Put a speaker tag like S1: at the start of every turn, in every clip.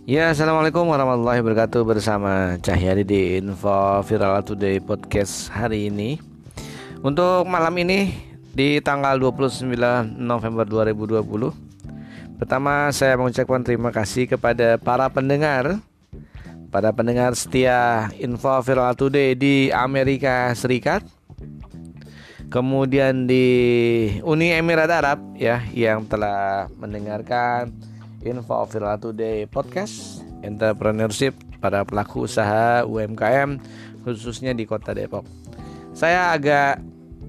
S1: Ya, assalamualaikum warahmatullahi wabarakatuh. Bersama Cahyadi di Info Viral Today Podcast hari ini. Untuk malam ini di tanggal 29 November 2020. Pertama saya mengucapkan terima kasih kepada para pendengar setia Info Viral Today di Amerika Serikat. Kemudian di Uni Emirat Arab ya, yang telah mendengarkan Info Viral Today Podcast Entrepreneurship para pelaku usaha UMKM khususnya di Kota Depok. Saya agak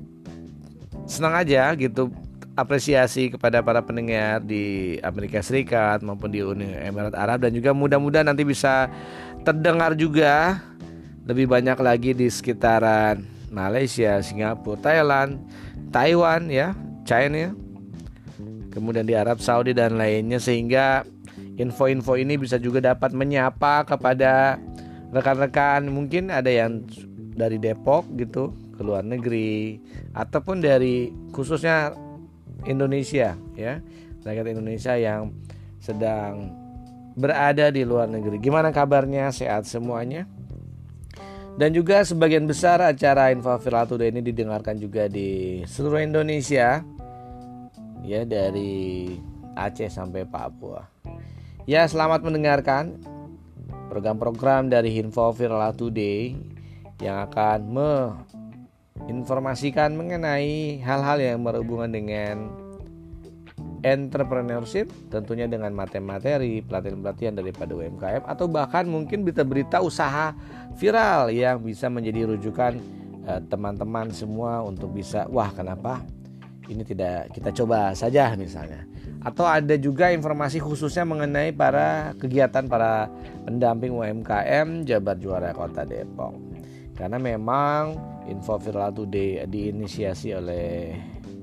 S1: senang aja gitu, apresiasi kepada para pendengar di Amerika Serikat maupun di Uni Emirat Arab, dan juga mudah-mudahan nanti bisa terdengar juga lebih banyak lagi di sekitaran Malaysia, Singapura, Thailand, Taiwan ya, China, kemudian di Arab Saudi dan lainnya, sehingga info-info ini bisa juga dapat menyapa kepada rekan-rekan, mungkin ada yang dari Depok gitu ke luar negeri, ataupun dari khususnya Indonesia ya, rakyat Indonesia yang sedang berada di luar negeri. Gimana kabarnya? Sehat semuanya? Dan juga sebagian besar acara Info Viral Today ini didengarkan juga di seluruh Indonesia ya, dari Aceh sampai Papua. Ya, selamat mendengarkan program-program dari Info Viral Today yang akan menginformasikan mengenai hal-hal yang berhubungan dengan entrepreneurship, tentunya dengan materi-materi pelatihan-pelatihan daripada UMKM, atau bahkan mungkin berita-berita usaha viral yang bisa menjadi rujukan teman-teman semua untuk bisa, wah kenapa ini tidak kita coba saja misalnya. Atau ada juga informasi khususnya mengenai para kegiatan para pendamping UMKM Jabar Juara Kota Depok. Karena memang Info Viral Today diinisiasi oleh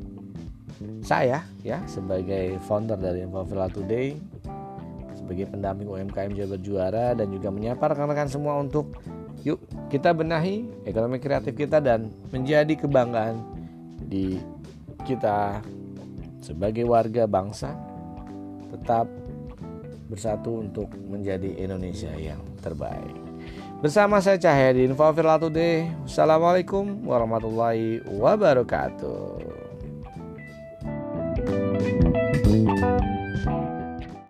S1: saya ya, sebagai founder dari Info Viral Today, sebagai pendamping UMKM Jabar Juara, dan juga menyapa rekan-rekan semua untuk yuk kita benahi ekonomi kreatif kita dan menjadi kebanggaan di kita sebagai warga bangsa, tetap bersatu untuk menjadi Indonesia yang terbaik. Bersama saya Cahyadi di Info Viral Today. Wassalamualaikum warahmatullahi wabarakatuh.